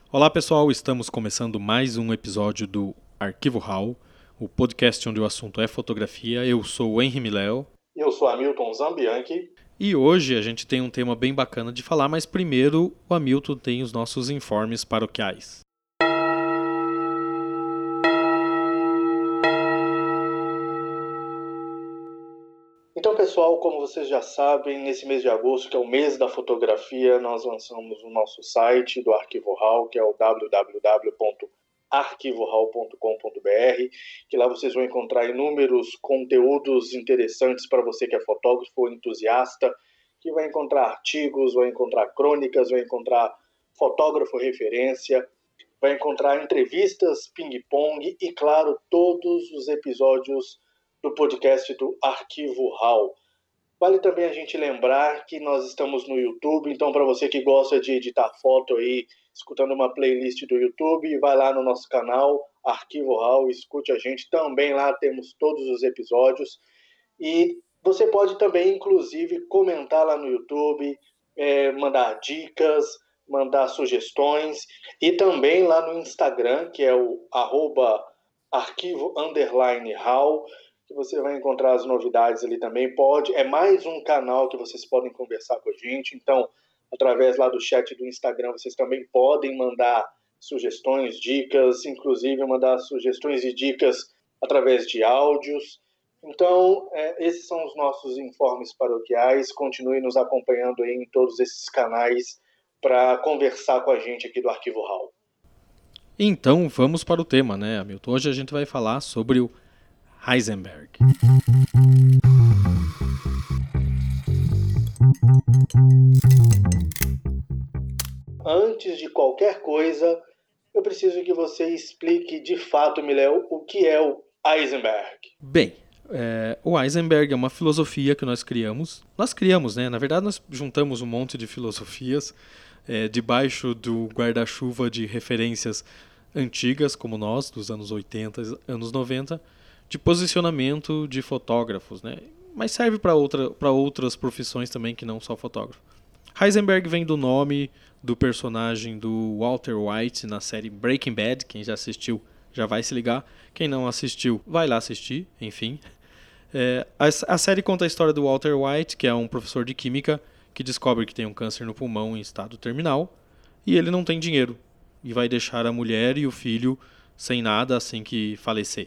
Olá pessoal, estamos começando mais um episódio do Arquivo Hall, o podcast onde o assunto é fotografia. Eu sou o Henry Miléo. Eu sou Hamilton Zambianchi. E hoje a gente tem um tema bem bacana de falar, mas primeiro o Hamilton tem os nossos informes paroquiais. Então, pessoal, como vocês já sabem, nesse mês de agosto, que é o mês da fotografia, nós lançamos o nosso site do Arquivo Hall, que é o www.arquivohall.com.br, que lá vocês vão encontrar inúmeros conteúdos interessantes para você que é fotógrafo ou entusiasta, que vai encontrar artigos, vai encontrar crônicas, vai encontrar fotógrafo referência, vai encontrar entrevistas, ping-pong e, claro, todos os episódios do podcast do Arquivo Hall. Vale também a gente lembrar que nós estamos no YouTube, então para você que gosta de editar foto aí, escutando uma playlist do YouTube, vai lá no nosso canal Arquivo Hall, escute a gente, também lá temos todos os episódios. E você pode também, inclusive, comentar lá no YouTube, mandar dicas, mandar sugestões, e também lá no Instagram, que é o @arquivo_hall, que você vai encontrar as novidades ali também. É mais um canal que vocês podem conversar com a gente, então, através lá do chat do Instagram, vocês também podem mandar sugestões, dicas, inclusive mandar sugestões e dicas através de áudios. Então, esses são os nossos informes paroquiais. Continue nos acompanhando aí em todos esses canais para conversar com a gente aqui do Arquivo Hall. Então vamos para o tema, né, Hamilton? Hoje a gente vai falar sobre o Heisenberg. Antes de qualquer coisa, eu preciso que você explique de fato, Miléo, o que é o Heisenberg. Bem, o Heisenberg é uma filosofia que nós criamos. Nós criamos, né? Na verdade, nós juntamos um monte de filosofias debaixo do guarda-chuva de referências antigas, como nós, dos anos 80, anos 90, de posicionamento de fotógrafos, né? Mas serve para outras profissões também que não só fotógrafo. Heisenberg vem do nome do personagem do Walter White na série Breaking Bad. Quem já assistiu já vai se ligar. Quem não assistiu, vai lá assistir, enfim. A série conta a história do Walter White, que é um professor de química que descobre que tem um câncer no pulmão em estado terminal e ele não tem dinheiro e vai deixar a mulher e o filho sem nada assim que falecer.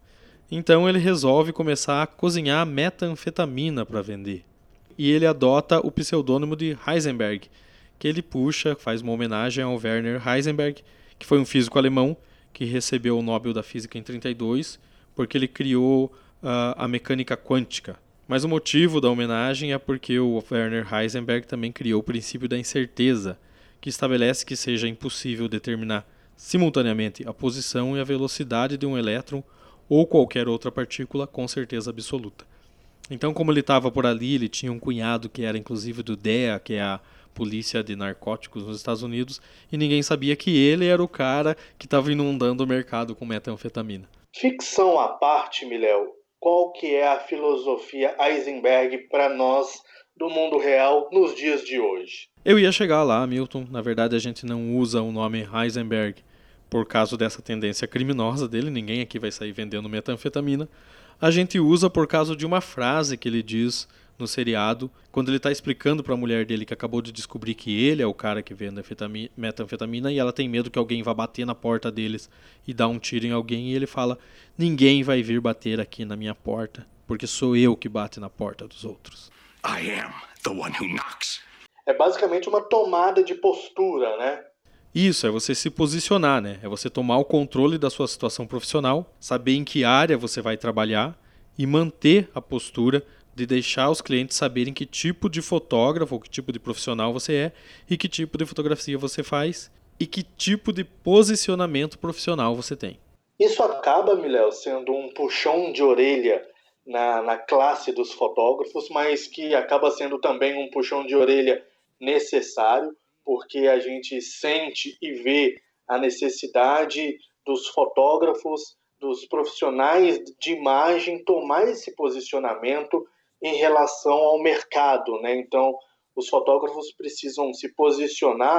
Então ele resolve começar a cozinhar metanfetamina para vender. E ele adota o pseudônimo de Heisenberg, que ele faz uma homenagem ao Werner Heisenberg, que foi um físico alemão que recebeu o Nobel da Física em 1932, porque ele criou a mecânica quântica. Mas o motivo da homenagem é porque o Werner Heisenberg também criou o princípio da incerteza, que estabelece que seja impossível determinar simultaneamente a posição e a velocidade de um elétron ou qualquer outra partícula com certeza absoluta. Então, como ele estava por ali, ele tinha um cunhado que era inclusive do DEA, que é a polícia de narcóticos nos Estados Unidos, e ninguém sabia que ele era o cara que estava inundando o mercado com metanfetamina. Ficção à parte, Miléo, qual que é a filosofia Heisenberg para nós do mundo real nos dias de hoje? Eu ia chegar lá, Milton. Na verdade, a gente não usa o nome Heisenberg por causa dessa tendência criminosa dele. Ninguém aqui vai sair vendendo metanfetamina. A gente usa por causa de uma frase que ele diz no seriado, quando ele está explicando para a mulher dele que acabou de descobrir que ele é o cara que vende metanfetamina e ela tem medo que alguém vá bater na porta deles e dar um tiro em alguém, e ele fala: ninguém vai vir bater aqui na minha porta, porque sou eu que bate na porta dos outros. I am the one who knocks. É basicamente uma tomada de postura, né? Isso, é você se posicionar, né? É você tomar o controle da sua situação profissional, saber em que área você vai trabalhar e manter a postura de deixar os clientes saberem que tipo de fotógrafo ou que tipo de profissional você é e que tipo de fotografia você faz e que tipo de posicionamento profissional você tem. Isso acaba, Miléo, sendo um puxão de orelha na classe dos fotógrafos, mas que acaba sendo também um puxão de orelha necessário, porque a gente sente e vê a necessidade dos fotógrafos, dos profissionais de imagem tomar esse posicionamento em relação ao mercado, né? Então, os fotógrafos precisam se posicionar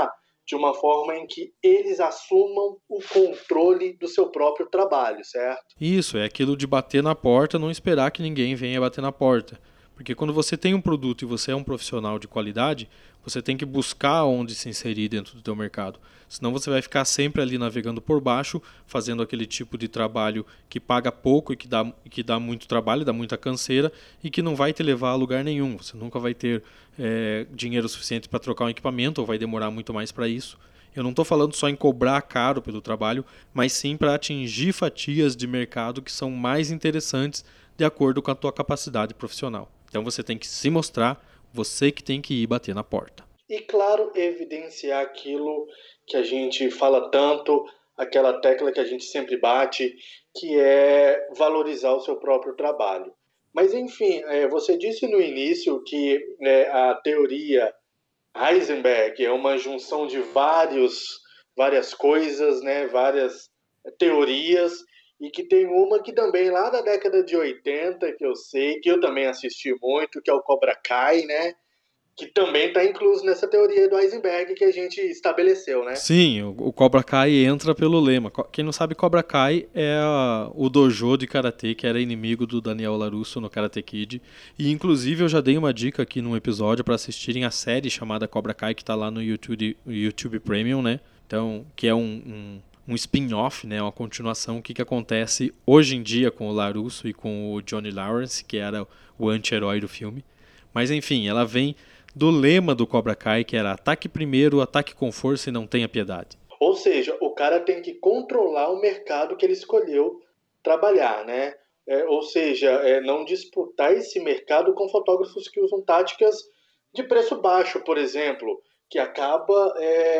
de uma forma em que eles assumam o controle do seu próprio trabalho, certo? Isso, é aquilo de bater na porta, não esperar que ninguém venha bater na porta. Porque quando você tem um produto e você é um profissional de qualidade, você tem que buscar onde se inserir dentro do teu mercado. Senão você vai ficar sempre ali navegando por baixo, fazendo aquele tipo de trabalho que paga pouco e que dá muito trabalho, dá muita canseira e que não vai te levar a lugar nenhum. Você nunca vai ter dinheiro suficiente para trocar um equipamento ou vai demorar muito mais para isso. Eu não estou falando só em cobrar caro pelo trabalho, mas sim para atingir fatias de mercado que são mais interessantes de acordo com a tua capacidade profissional. Então você tem que se mostrar, você que tem que ir bater na porta. E, claro, evidenciar aquilo que a gente fala tanto, aquela tecla que a gente sempre bate, que é valorizar o seu próprio trabalho. Mas, enfim, você disse no início que a teoria Heisenberg é uma junção de várias coisas, né, várias teorias, e que tem uma que também lá da década de 80, que eu sei, que eu também assisti muito, que é o Cobra Kai, né, que também está incluso nessa teoria do Heisenberg que a gente estabeleceu, né? Sim, o Cobra Kai entra pelo lema. Quem não sabe, Cobra Kai é o dojo de karatê que era inimigo do Daniel LaRusso no Karate Kid. E inclusive eu já dei uma dica aqui num episódio para assistirem a série chamada Cobra Kai que está lá no YouTube Premium, né? Então, que é um spin-off, né? Uma continuação. O que acontece hoje em dia com o LaRusso e com o Johnny Lawrence, que era o anti-herói do filme. Mas enfim, ela vem do lema do Cobra Kai, que era ataque primeiro, ataque com força e não tenha piedade. Ou seja, o cara tem que controlar o mercado que ele escolheu trabalhar, né? Ou seja, não disputar esse mercado com fotógrafos que usam táticas de preço baixo, por exemplo, que acaba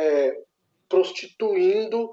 prostituindo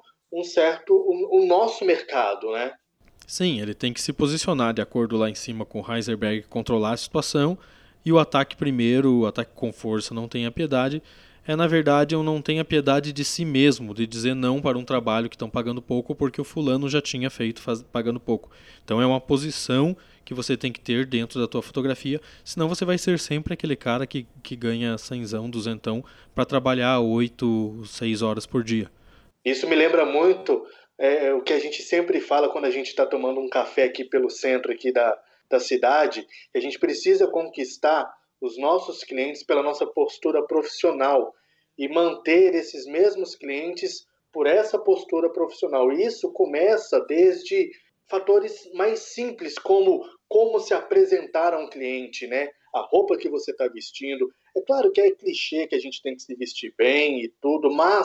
o nosso mercado, né? Sim, ele tem que se posicionar de acordo lá em cima com o Heisenberg, controlar a situação. E o ataque primeiro, o ataque com força, não tenha piedade, na verdade eu não tenha piedade de si mesmo, de dizer não para um trabalho que estão pagando pouco porque o fulano já tinha feito pagando pouco. Então é uma posição que você tem que ter dentro da tua fotografia, senão você vai ser sempre aquele cara que ganha 100, 200 para trabalhar 8, 6 horas por dia. Isso me lembra muito o que a gente sempre fala quando a gente está tomando um café aqui pelo centro aqui da cidade, que a gente precisa conquistar os nossos clientes pela nossa postura profissional e manter esses mesmos clientes por essa postura profissional. E isso começa desde fatores mais simples, como se apresentar a um cliente, né? A roupa que você está vestindo. É claro que é clichê que a gente tem que se vestir bem e tudo, mas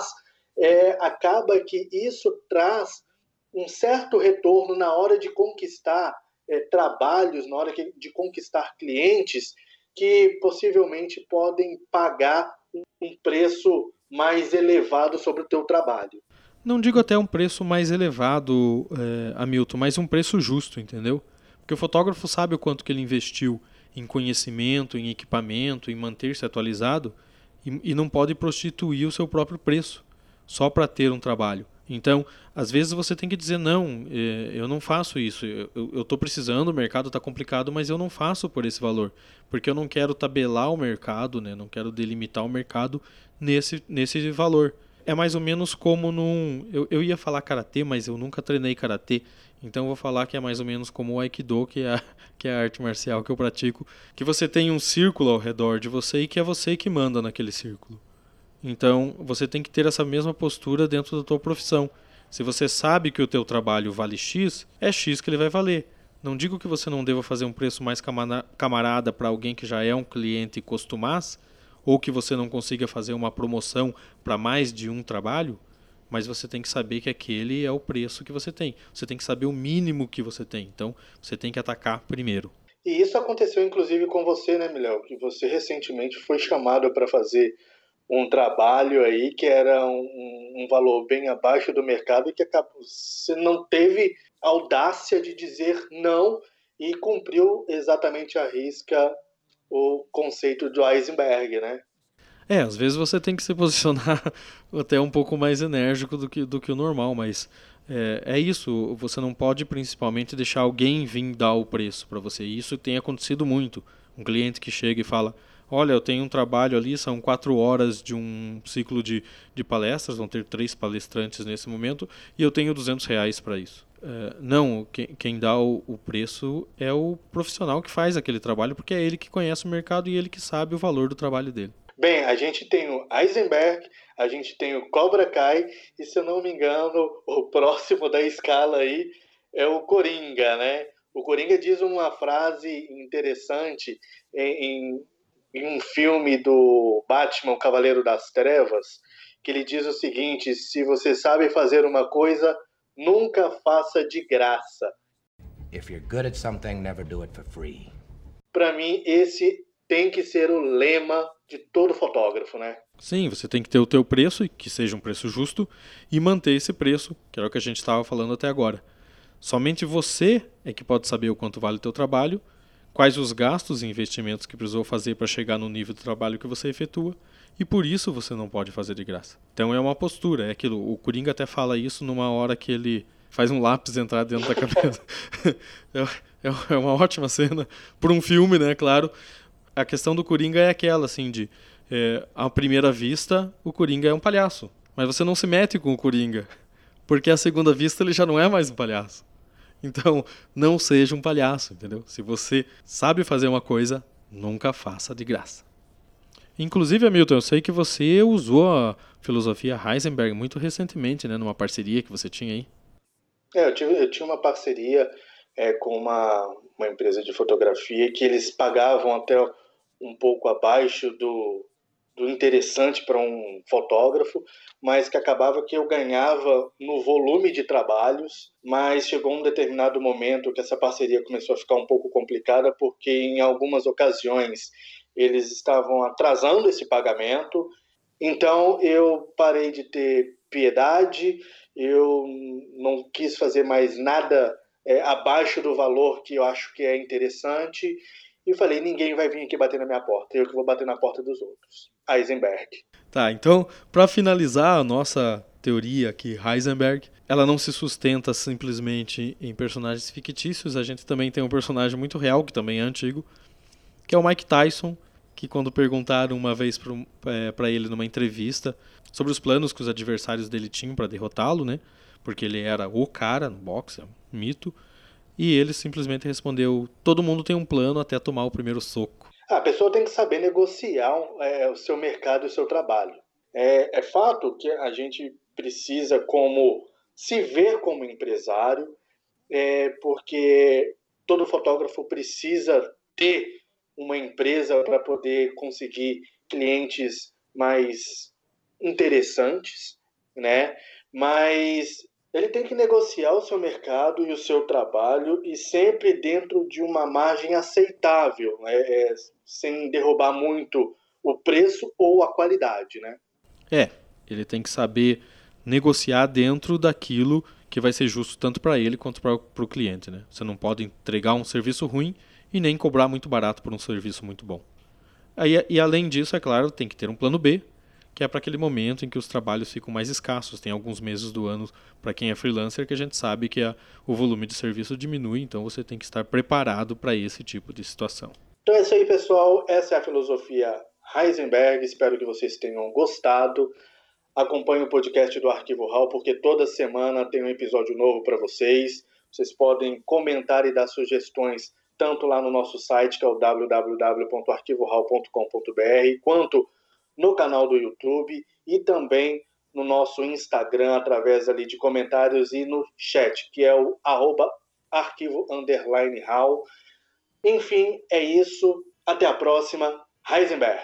acaba que isso traz um certo retorno na hora de conquistar trabalhos, na hora de conquistar clientes que possivelmente podem pagar um preço mais elevado sobre o teu trabalho. Não digo até um preço mais elevado, Hamilton, mas um preço justo, entendeu? Porque o fotógrafo sabe o quanto que ele investiu em conhecimento, em equipamento, em manter-se atualizado e não pode prostituir o seu próprio preço só para ter um trabalho. Então, às vezes você tem que dizer, não, eu não faço isso, eu estou precisando, o mercado está complicado, mas eu não faço por esse valor, porque eu não quero tabelar o mercado, né? Não quero delimitar o mercado nesse valor. É mais ou menos como eu ia falar karatê, mas eu nunca treinei karatê, então eu vou falar que é mais ou menos como o aikido, que é a arte marcial que eu pratico, que você tem um círculo ao redor de você e que é você que manda naquele círculo. Então, você tem que ter essa mesma postura dentro da tua profissão. Se você sabe que o teu trabalho vale X, é X que ele vai valer. Não digo que você não deva fazer um preço mais camarada para alguém que já é um cliente costumaz, ou que você não consiga fazer uma promoção para mais de um trabalho, mas você tem que saber que aquele é o preço que você tem. Você tem que saber o mínimo que você tem. Então, você tem que atacar primeiro. E isso aconteceu inclusive com você, né, Miléo? Que você recentemente foi chamado para fazer um trabalho aí que era um valor bem abaixo do mercado e que você não teve audácia de dizer não e cumpriu exatamente à risca o conceito do Heisenberg, né? Às vezes você tem que se posicionar até um pouco mais enérgico do que o normal, mas é isso, você não pode principalmente deixar alguém vir dar o preço para você, e isso tem acontecido muito. Um cliente que chega e fala, olha, eu tenho um trabalho ali, são 4 horas de um ciclo de palestras, vão ter 3 palestrantes nesse momento, e eu tenho R$200 para isso. Não, quem dá o preço é o profissional que faz aquele trabalho, porque é ele que conhece o mercado e ele que sabe o valor do trabalho dele. Bem, a gente tem o Heisenberg, a gente tem o Cobra Kai, e se eu não me engano, o próximo da escala aí é o Coringa, né? O Coringa diz uma frase interessante em um filme do Batman, o Cavaleiro das Trevas, que ele diz o seguinte: se você sabe fazer uma coisa, nunca faça de graça. If you're good at something, never do it for free. Para mim, esse tem que ser o lema de todo fotógrafo, né? Sim, você tem que ter o teu preço, e que seja um preço justo, e manter esse preço, que era o que a gente estava falando até agora. Somente você é que pode saber o quanto vale o teu trabalho, quais os gastos e investimentos que precisou fazer para chegar no nível de trabalho que você efetua, e por isso você não pode fazer de graça. Então é uma postura, é aquilo. O Coringa até fala isso numa hora que ele faz um lápis entrar dentro da cabeça. É uma ótima cena, por um filme, né, claro. A questão do Coringa é aquela, assim, de à primeira vista, o Coringa é um palhaço. Mas você não se mete com o Coringa, porque à segunda vista ele já não é mais um palhaço. Então, não seja um palhaço, entendeu? Se você sabe fazer uma coisa, nunca faça de graça. Inclusive, Hamilton, eu sei que você usou a filosofia Heisenberg muito recentemente, né? Numa parceria que você tinha aí. Eu tinha uma parceria com uma empresa de fotografia que eles pagavam até um pouco abaixo do interessante para um fotógrafo, mas que acabava que eu ganhava no volume de trabalhos, mas chegou um determinado momento que essa parceria começou a ficar um pouco complicada, porque em algumas ocasiões eles estavam atrasando esse pagamento, então eu parei de ter piedade, eu não quis fazer mais nada abaixo do valor que eu acho que é interessante, e falei, ninguém vai vir aqui bater na minha porta, eu que vou bater na porta dos outros. Heisenberg. Tá, então, para finalizar a nossa teoria aqui, Heisenberg, ela não se sustenta simplesmente em personagens fictícios, a gente também tem um personagem muito real, que também é antigo, que é o Mike Tyson, que quando perguntaram uma vez para ele numa entrevista sobre os planos que os adversários dele tinham para derrotá-lo, né? Porque ele era o cara no boxe, é um mito, e ele simplesmente respondeu: todo mundo tem um plano até tomar o primeiro soco. A pessoa tem que saber negociar o seu mercado e o seu trabalho. É fato que a gente precisa se ver como empresário, porque todo fotógrafo precisa ter uma empresa para poder conseguir clientes mais interessantes, né? Mas ele tem que negociar o seu mercado e o seu trabalho, e sempre dentro de uma margem aceitável, né? Sem derrubar muito o preço ou a qualidade, né? Ele tem que saber negociar dentro daquilo que vai ser justo tanto para ele quanto para o cliente, né? Você não pode entregar um serviço ruim e nem cobrar muito barato por um serviço muito bom. E além disso, é claro, tem que ter um plano B, que é para aquele momento em que os trabalhos ficam mais escassos. Tem alguns meses do ano, para quem é freelancer, que a gente sabe que o volume de serviço diminui, então você tem que estar preparado para esse tipo de situação. Então é isso aí, pessoal. Essa é a filosofia Heisenberg. Espero que vocês tenham gostado. Acompanhe o podcast do Arquivo Hall, porque toda semana tem um episódio novo para vocês. Vocês podem comentar e dar sugestões tanto lá no nosso site, que é o www.arquivohall.com.br, quanto no canal do YouTube e também no nosso Instagram, através ali de comentários e no chat, que é o @arquivo_hall. Enfim, é isso. Até a próxima. Heisenberg.